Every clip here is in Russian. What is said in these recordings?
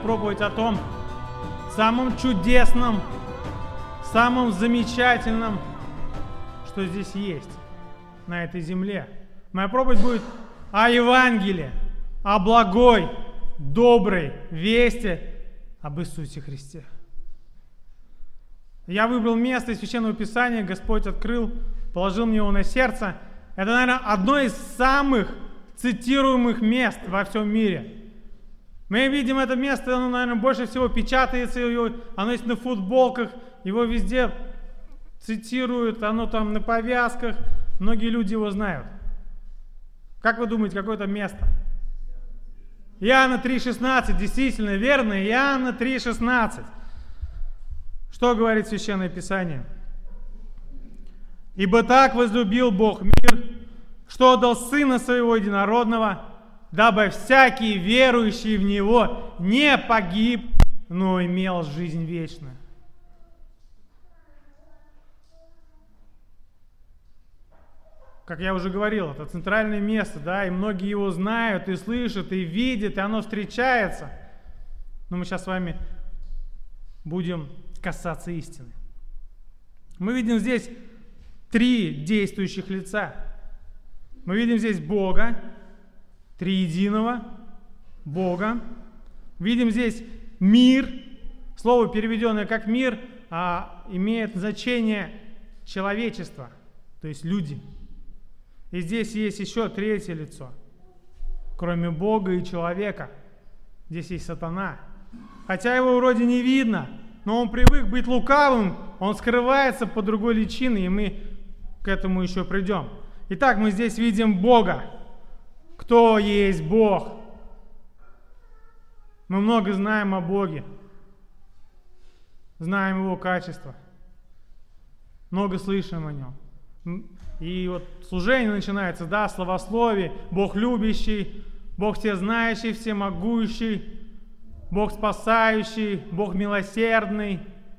проповедь о том самом чудесном, самом замечательном, что здесь есть на этой земле. Моя проповедь будет о Евангелии, о благой, доброй вести об Иисусе Христе. Я выбрал место из Священного Писания, Господь открыл, положил мне его на сердце. Это, наверное, одно из самых цитируемых мест во всем мире. Мы видим это место, оно, наверное, больше всего печатается, оно есть на футболках, его везде цитируют, оно там на повязках, многие люди его знают. Как вы думаете, какое это место? Иоанна 3,16, действительно, верно, Иоанна 3,16. Что говорит Священное Писание? «Ибо так возлюбил Бог мир, что отдал Сына Своего Единородного, дабы всякий верующий в Него не погиб, но имел жизнь вечную». Как я уже говорил, это центральное место, да, и многие его знают, и слышат, и видят, и оно встречается. Но мы сейчас с вами будем касаться истины. Мы видим здесь 3 действующих лица. Мы видим здесь Бога, триединого Бога. Видим здесь мир. Слово, переведенное как мир, имеет значение человечества, то есть люди. И здесь есть еще 3-е лицо. Кроме Бога и человека, здесь есть сатана. Хотя его вроде не видно, но он привык быть лукавым, он скрывается под другой личиной, и мы к этому еще придем. Итак, мы здесь видим Бога. Кто есть Бог? Мы много знаем о Боге, знаем Его качества, много слышим о Нем. И вот служение начинается, да, славословие, Бог любящий, Бог всезнающий, всемогущий, Бог спасающий, Бог милосердный.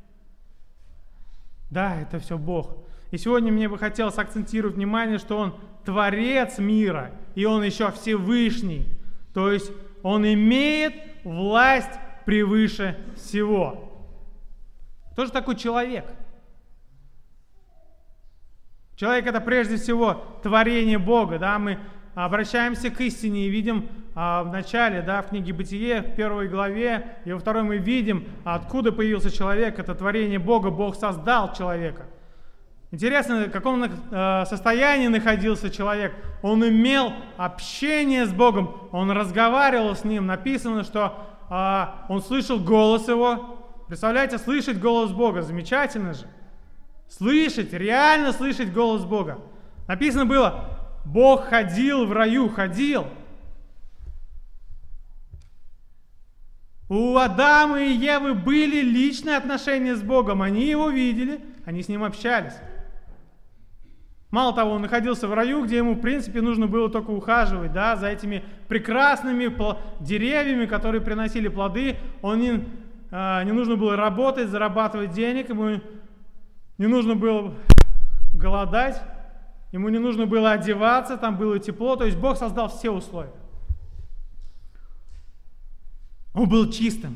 Да, это все Бог. И сегодня мне бы хотелось акцентировать внимание, что Он Творец мира, и Он еще Всевышний. То есть Он имеет власть превыше всего. Кто же такой человек? Человек — это прежде всего творение Бога. Да? Мы обращаемся к истине и видим в начале, да, в книге Бытие, в 1 главе, и во 2 мы видим, откуда появился человек. Это творение Бога. Бог создал человека. Интересно, в каком состоянии находился человек. Он имел общение с Богом, он разговаривал с Ним. Написано, что он слышал голос Его. Представляете, слышать голос Бога, замечательно же. Слышать, реально слышать голос Бога. Написано было, Бог ходил в раю, ходил. У Адама и Евы были личные отношения с Богом. Они Его видели, они с Ним общались. Мало того, он находился в раю, где ему, в принципе, нужно было только ухаживать, да, за этими прекрасными деревьями, которые приносили плоды. Не нужно было работать, зарабатывать денег, ему не нужно было голодать, ему не нужно было одеваться, там было тепло, то есть Бог создал все условия. Он был чистым,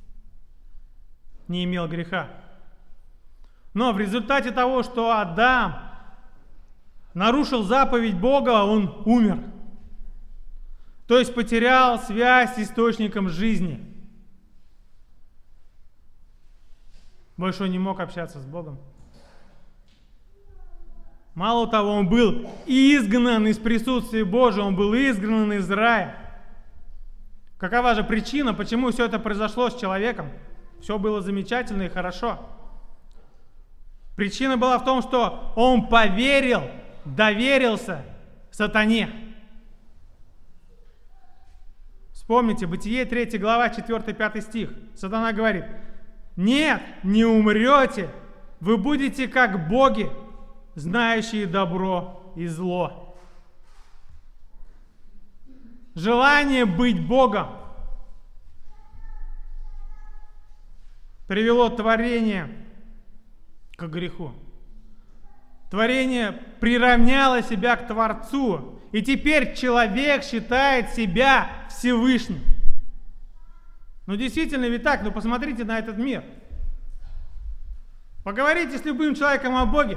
не имел греха. Но в результате того, что Адам нарушил заповедь Бога, он умер. То есть потерял связь с источником жизни. Больше он не мог общаться с Богом. Мало того, он был изгнан из присутствия Божьего, он был изгнан из рая. Какова же причина, почему все это произошло с человеком? Все было замечательно и хорошо. Причина была в том, что он поверил, доверился сатане. Вспомните, Бытие 3 глава, 4-5 стих. Сатана говорит: «Нет, не умрете, вы будете как боги, знающие добро и зло». Желание быть Богом привело творение к греху. Творение приравняло себя к Творцу, и теперь человек считает себя Всевышним. Ну действительно ведь так, ну посмотрите на этот мир. Поговорите с любым человеком о Боге.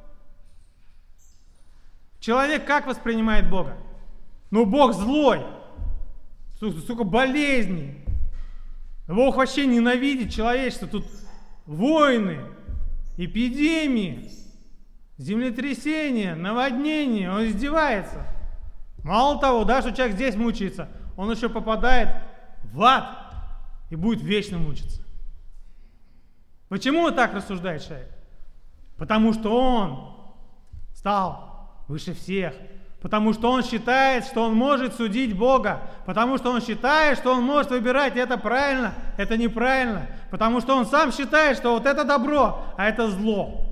Человек как воспринимает Бога? Ну Бог злой, столько болезней. Бог вообще ненавидит человечество. Тут войны, эпидемии, землетрясения, наводнения. Он издевается. Мало того, да, что человек здесь мучается, он еще попадает в ад и будет вечно мучиться. Почему так рассуждает человек? Потому что он стал выше всех. Потому что он считает, что он может судить Бога. Потому что он считает, что он может выбирать, это правильно, это неправильно. Потому что он сам считает, что вот это добро, а это зло.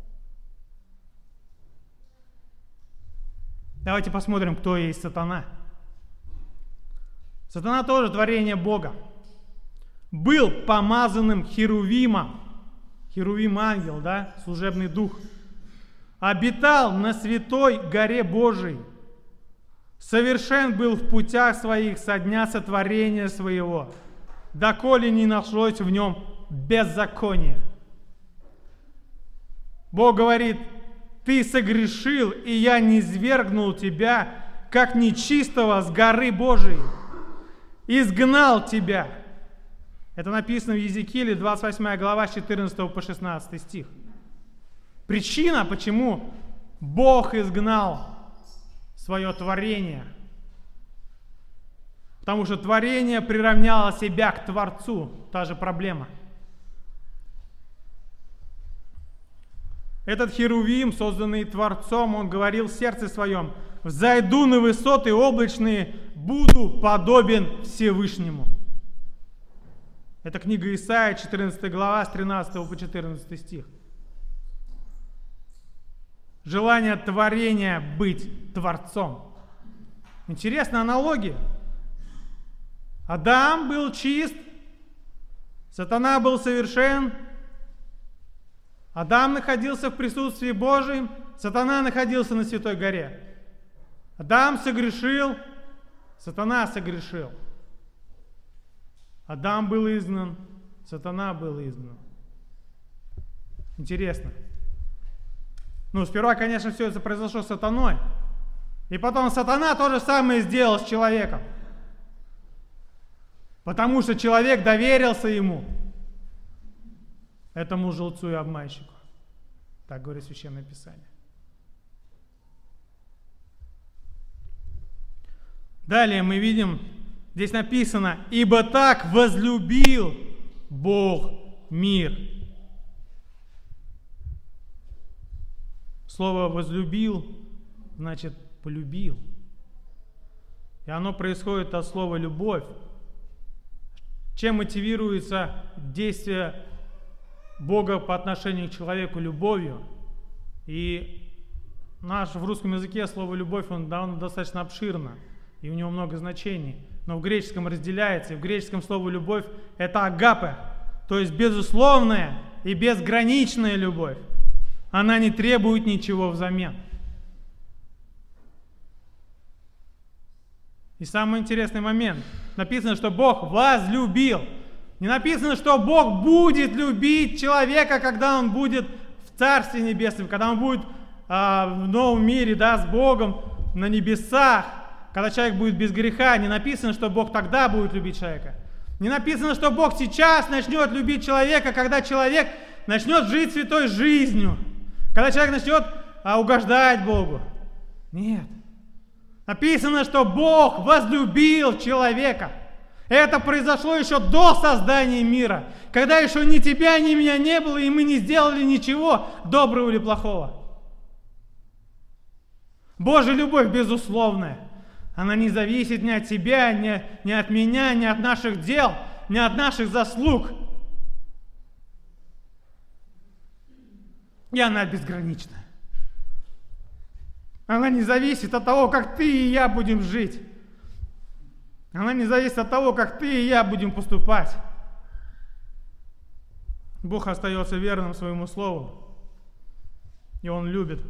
Давайте посмотрим, кто есть сатана. Сатана тоже творение Бога. Был помазанным херувимом. Херувим ангел, да, служебный дух. Обитал на святой горе Божией. Совершен был в путях своих со дня сотворения своего, доколе не нашлось в нем беззакония. Бог говорит: ты согрешил, и я низвергнул тебя, как нечистого с горы Божией. Изгнал тебя. Это написано в Иезекииле, 28 глава, с 14 по 16 стих. Причина, почему Бог изгнал свое творение. Потому что творение приравняло себя к Творцу. Та же проблема. Этот херувим, созданный Творцом, он говорил в сердце своем: «Взойду на высоты облачные, буду подобен Всевышнему». Это книга Исаия, 14 глава, с 13 по 14 стих. Желание творения быть Творцом. Интересная аналогия. Адам был чист, сатана был совершен, Адам находился в присутствии Божьем, сатана находился на Святой горе. Адам согрешил, сатана согрешил. Адам был изгнан, сатана был изгнан. Интересно. Ну, сперва, конечно, все это произошло с сатаной. И потом сатана то же самое сделал с человеком. Потому что человек доверился ему, этому лжецу и обманщику. Так говорит Священное Писание. Далее мы видим, здесь написано: «Ибо так возлюбил Бог мир». Слово «возлюбил» значит «полюбил». И оно происходит от слова «любовь». Чем мотивируется действие Бога по отношению к человеку любовью? И в русском языке слово «любовь» оно достаточно обширно, и у него много значений. Но в греческом разделяется, и в греческом слово «любовь» – это агапе, то есть безусловная и безграничная любовь. Она не требует ничего взамен. И самый интересный момент. Написано, что Бог возлюбил. Не написано, что Бог будет любить человека, когда он будет в Царстве Небесном, когда он будет в новом мире, да, с Богом на небесах, когда человек будет без греха. Не написано, что Бог тогда будет любить человека. Не написано, что Бог сейчас начнет любить человека, когда человек начнет жить святой жизнью. Когда человек начнет угождать Богу. Нет. Написано, что Бог возлюбил человека. Это произошло еще до создания мира, когда еще ни тебя, ни меня не было, и мы не сделали ничего доброго или плохого. Божья любовь безусловная. Она не зависит ни от тебя, ни от меня, ни от наших дел, ни от наших заслуг. И она безгранична. Она не зависит от того, как ты и я будем жить. Она не зависит от того, как ты и я будем поступать. Бог остается верным своему слову. И Он любит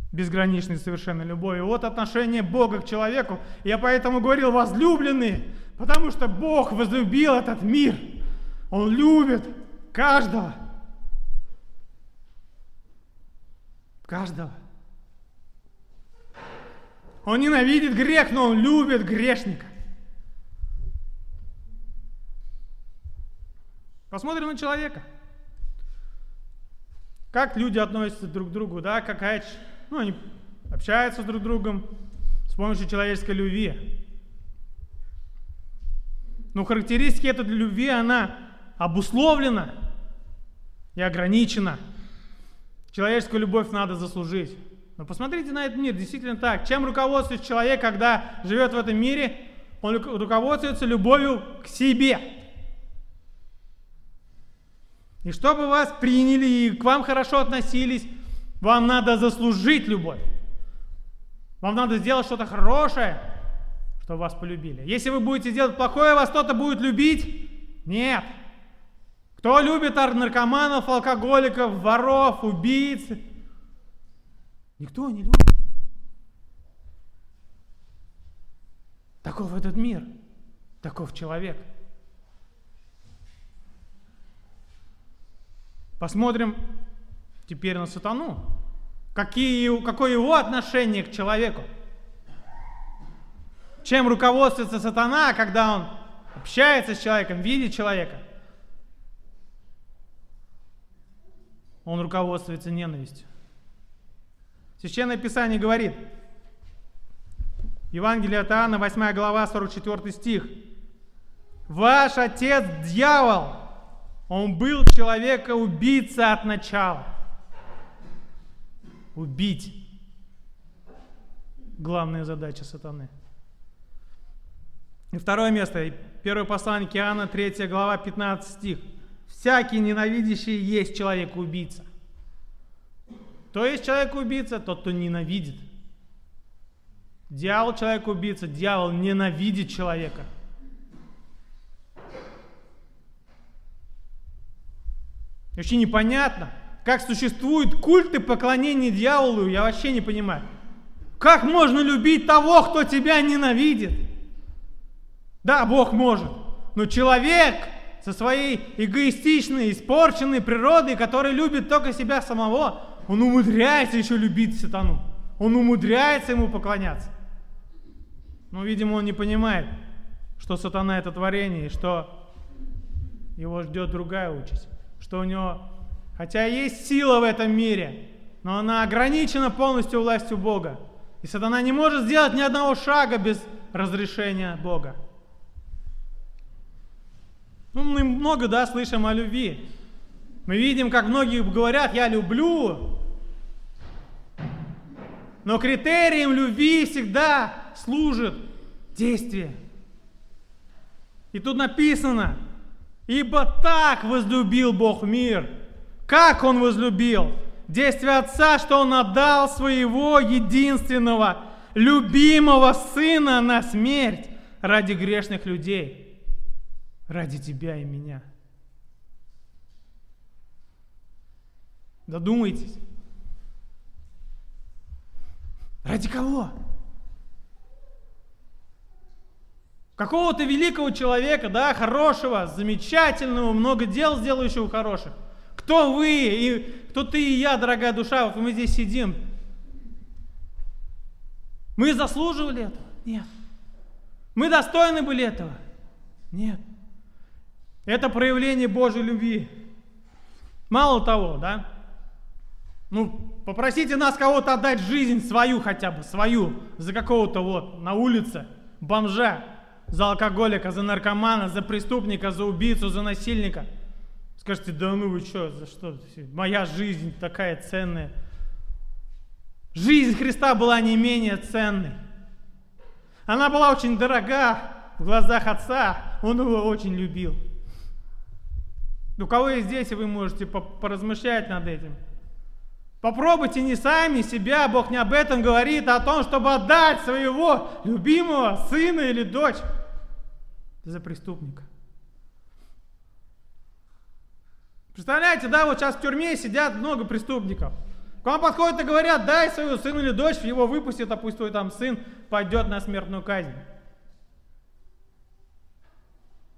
безграничной совершенной любовью. Вот отношение Бога к человеку. Я поэтому говорил возлюбленные, Потому что Бог возлюбил этот мир. Он любит каждого. Каждого. Он ненавидит грех, но он любит грешника. Посмотрим на человека. Как люди относятся друг к другу, да, они общаются друг с другом с помощью человеческой любви. Но характеристики этой любви, она обусловлена и ограничена. Человеческую любовь надо заслужить. Но посмотрите на этот мир, действительно так. Чем руководствуется человек, когда живет в этом мире? Он руководствуется любовью к себе. И чтобы вас приняли и к вам хорошо относились, вам надо заслужить любовь. Вам надо сделать что-то хорошее, чтобы вас полюбили. Если вы будете делать плохое, вас кто-то будет любить? Нет. Кто любит наркоманов, алкоголиков, воров, убийц? Никто не любит. Таков этот мир, таков человек. Посмотрим теперь на сатану. Какое его отношение к человеку? Чем руководствуется сатана, когда он общается с человеком, видит человека? Он руководствуется ненавистью. Священное Писание говорит, Евангелие от Иоанна, 8 глава, 44 стих. Ваш отец дьявол, он был человека-убийца от начала. Убить. Главная задача сатаны. И второе место, первое послание к Иоанна, 3 глава, 15 стих. Всякий ненавидящий есть человек-убийца. Кто есть человек-убийца? Тот, кто ненавидит. Дьявол человек-убийца, дьявол ненавидит человека. Вообще непонятно, как существуют культы поклонения дьяволу, я вообще не понимаю. Как можно любить того, кто тебя ненавидит? Да, Бог может, но человек со своей эгоистичной, испорченной природой, который любит только себя самого, он умудряется еще любить сатану. Он умудряется ему поклоняться. Но, видимо, он не понимает, что сатана это творение, и что его ждет другая участь. Что у него, хотя есть сила в этом мире, но она ограничена полностью властью Бога. И сатана не может сделать ни одного шага без разрешения Бога. Мы много, слышим о любви. Мы видим, как многие говорят, я люблю. Но критерием любви всегда служит действие. И тут написано, ибо так возлюбил Бог мир. Как Он возлюбил? Действие Отца, что Он отдал Своего единственного, любимого Сына на смерть ради грешных людей. Ради тебя и меня. Додумайтесь. Ради кого? Какого-то великого человека, хорошего, замечательного, много дел сделающего хороших. Кто вы, и кто ты и я, дорогая душа, вот мы здесь сидим. Мы заслуживали этого? Нет. Мы достойны были этого? Нет. Это проявление Божьей любви. Мало того, попросите нас кого-то отдать жизнь свою хотя бы, свою, за какого-то на улице бомжа, за алкоголика, за наркомана, за преступника, за убийцу, за насильника. Скажете, да ну вы что, за что? Моя жизнь такая ценная. Жизнь Христа была не менее ценной. Она была очень дорога в глазах Отца, Он его очень любил. У кого есть дети, вы можете поразмышлять над этим. Попробуйте не сами себя, Бог не об этом говорит, а о том, чтобы отдать своего любимого сына или дочь за преступника. Представляете, вот сейчас в тюрьме сидят много преступников. К вам подходят и говорят, дай своего сына или дочь, его выпустят, а пусть твой сын пойдет на смертную казнь.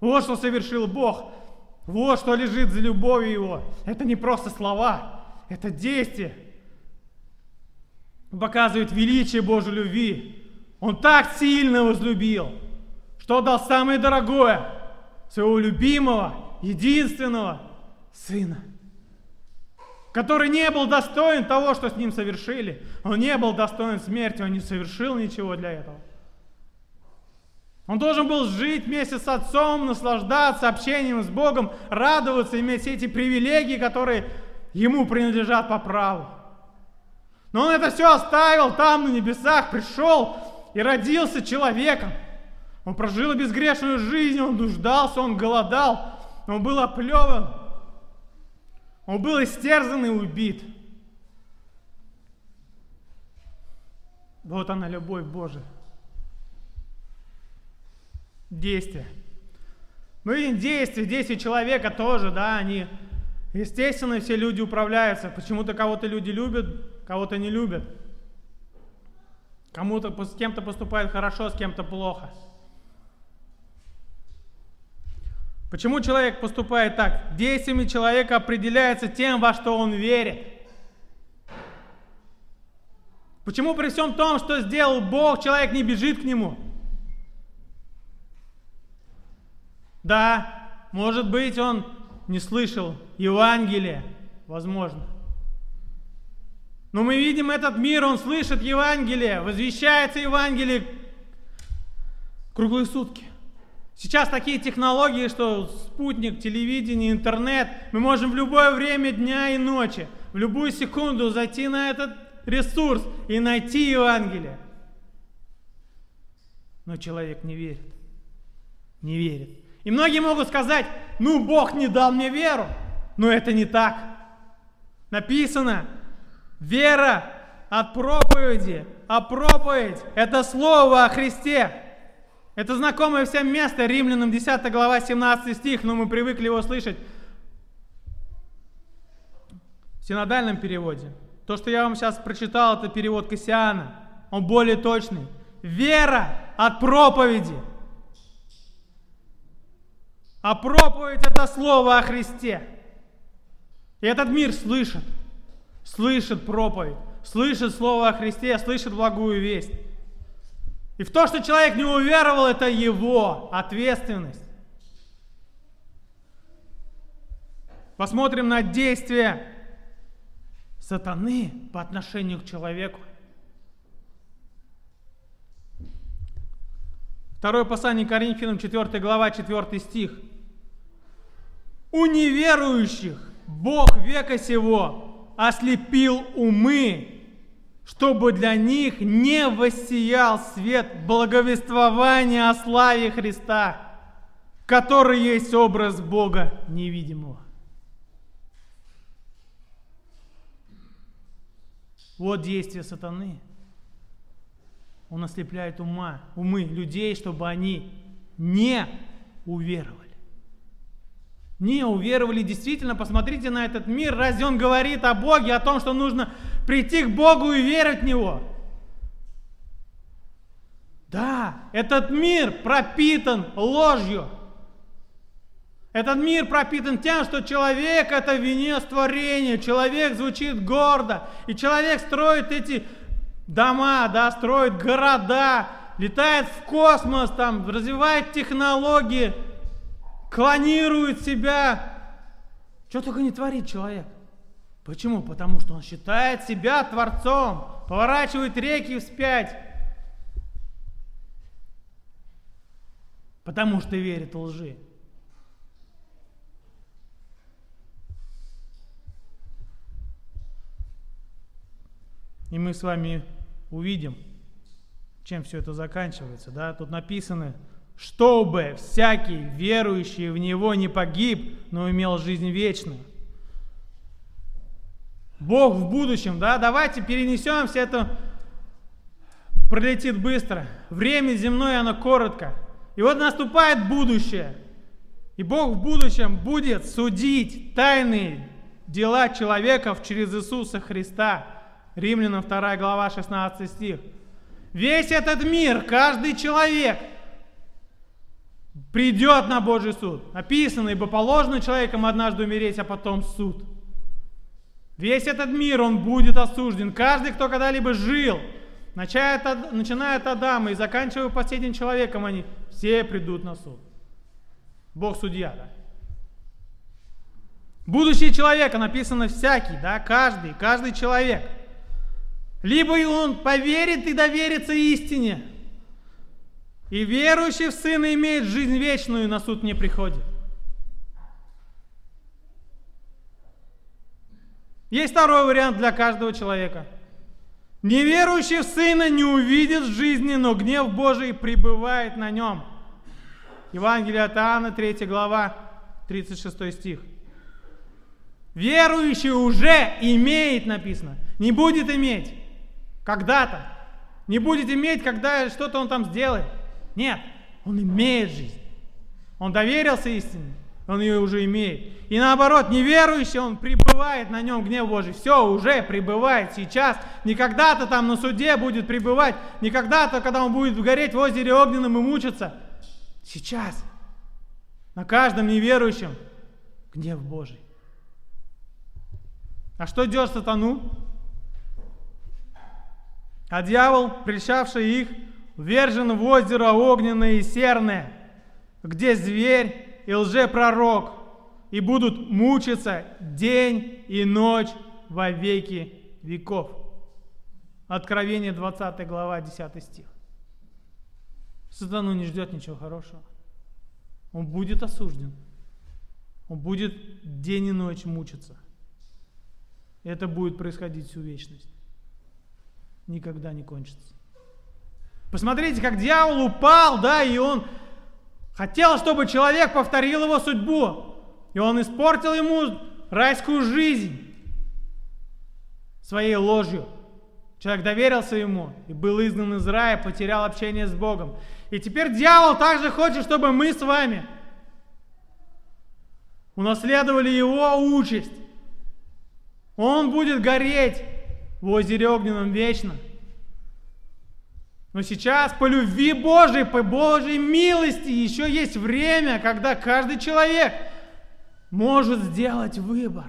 Вот что совершил Бог. Вот что лежит за любовью Его. Это не просто слова, это действие. Показывает величие Божьей любви. Он так сильно возлюбил, что дал самое дорогое, своего любимого, единственного Сына, который не был достоин того, что с Ним совершили. Он не был достоин смерти, Он не совершил ничего для этого. Он должен был жить вместе с Отцом, наслаждаться общением с Богом, радоваться, иметь все эти привилегии, которые Ему принадлежат по праву. Но Он это все оставил там, на небесах, пришел и родился человеком. Он прожил безгрешную жизнь, он нуждался, он голодал, он был оплеван, он был истерзан и убит. Вот она, любовь Божия. Действия. Мы видим действия человека тоже, да, они, естественно, все люди управляются. Почему-то кого-то люди любят, кого-то не любят. Кому-то с кем-то поступает хорошо, с кем-то плохо. Почему человек поступает так? Действиями человека определяется тем, во что он верит. Почему при всем том, что сделал Бог, человек не бежит к Нему? Да, может быть, он не слышал Евангелия, возможно. Но мы видим этот мир, он слышит Евангелие, возвещается Евангелие круглые сутки. Сейчас такие технологии, что спутник, телевидение, интернет, мы можем в любое время дня и ночи, в любую секунду зайти на этот ресурс и найти Евангелие. Но человек не верит. Не верит. И многие могут сказать, ну Бог не дал мне веру. Но это не так. Написано, вера от проповеди, а проповедь – это слово о Христе. Это знакомое всем место, Римлянам 10 глава, 17 стих, но мы привыкли его слышать в синодальном переводе. То, что я вам сейчас прочитал, это перевод Кассиана. Он более точный. Вера от проповеди. А проповедь – это слово о Христе. И этот мир слышит проповедь, слышит слово о Христе, слышит благую весть. И в то, что человек не уверовал, это его ответственность. Посмотрим на действия сатаны по отношению к человеку. Второе послание Коринфянам, 4 глава, 4 стих. У неверующих Бог века сего ослепил умы, чтобы для них не воссиял свет благовествования о славе Христа, который есть образ Бога невидимого. Вот действие сатаны. Он ослепляет умы людей, чтобы они не уверовали. Не уверовали. Действительно, посмотрите на этот мир. Разве он говорит о Боге, о том, что нужно прийти к Богу и верить в Него? Да, этот мир пропитан ложью. Этот мир пропитан тем, что человек – это венец творения. Человек звучит гордо. И человек строит эти дома, да, строит города, летает в космос, там, развивает технологии, клонирует себя. Что только не творит человек. Почему? Потому что он считает себя творцом, поворачивает реки вспять. Потому что верит в лжи. И мы с вами увидим, чем все это заканчивается. Да? Тут написано, чтобы всякий верующий в Него не погиб, но имел жизнь вечную. Бог в будущем, да, давайте перенесемся, это пролетит быстро. Время земное, оно коротко. И вот наступает будущее. И Бог в будущем будет судить тайные дела человеков через Иисуса Христа. Римлянам 2 глава, 16 стих. Весь этот мир, каждый человек придет на Божий суд. Написано, ибо положено человеком однажды умереть, а потом суд. Весь этот мир, он будет осужден. Каждый, кто когда-либо жил, начиная от Адама и заканчивая последним человеком, они все придут на суд. Бог судья, да? Будущее человека написано всякий, да, каждый человек. Либо он поверит и доверится истине, и верующий в Сына имеет жизнь вечную, и на суд не приходит. Есть второй вариант для каждого человека. Неверующий в Сына не увидит жизни, но гнев Божий пребывает на нем. Евангелие от Иоанна, 3 глава, 36 стих. Верующий уже имеет, написано, не будет иметь когда-то. Не будет иметь, когда что-то он там сделает. Нет, он имеет жизнь. Он доверился истине, он ее уже имеет. И наоборот, неверующий, он пребывает на нем гнев Божий. Все, уже пребывает сейчас. Не когда-то там на суде будет пребывать, не когда-то, когда он будет гореть в озере огненном и мучиться. Сейчас. На каждом неверующем гнев Божий. А что делать сатану? А дьявол, прельщавший их, ввержен в озеро огненное и серное, где зверь и лжепророк, и будут мучиться день и ночь во веки веков. Откровение 20 глава, 10 стих. Сатану не ждет ничего хорошего. Он будет осужден. Он будет день и ночь мучиться. Это будет происходить всю вечность. Никогда не кончится. Посмотрите, как дьявол упал, да, и он хотел, чтобы человек повторил его судьбу. И он испортил ему райскую жизнь своей ложью. Человек доверился ему и был изгнан из рая, потерял общение с Богом. И теперь дьявол также хочет, чтобы мы с вами унаследовали его участь. Он будет гореть в озере огненном вечно. Но сейчас по любви Божией, по Божьей милости еще есть время, когда каждый человек может сделать выбор.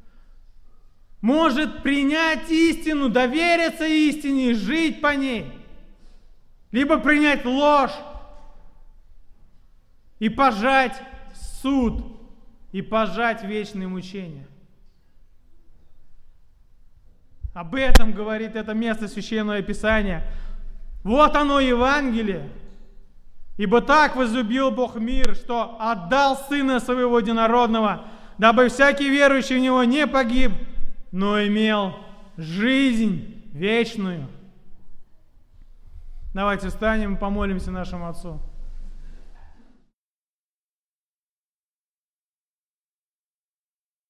Может принять истину, довериться истине и жить по ней. Либо принять ложь и пожать суд, и пожать вечные мучения. Об этом говорит это место Священного Писания. Вот оно Евангелие. Ибо так возлюбил Бог мир, что отдал Сына Своего Единородного, дабы всякий верующий в Него не погиб, но имел жизнь вечную. Давайте встанем и помолимся нашему Отцу.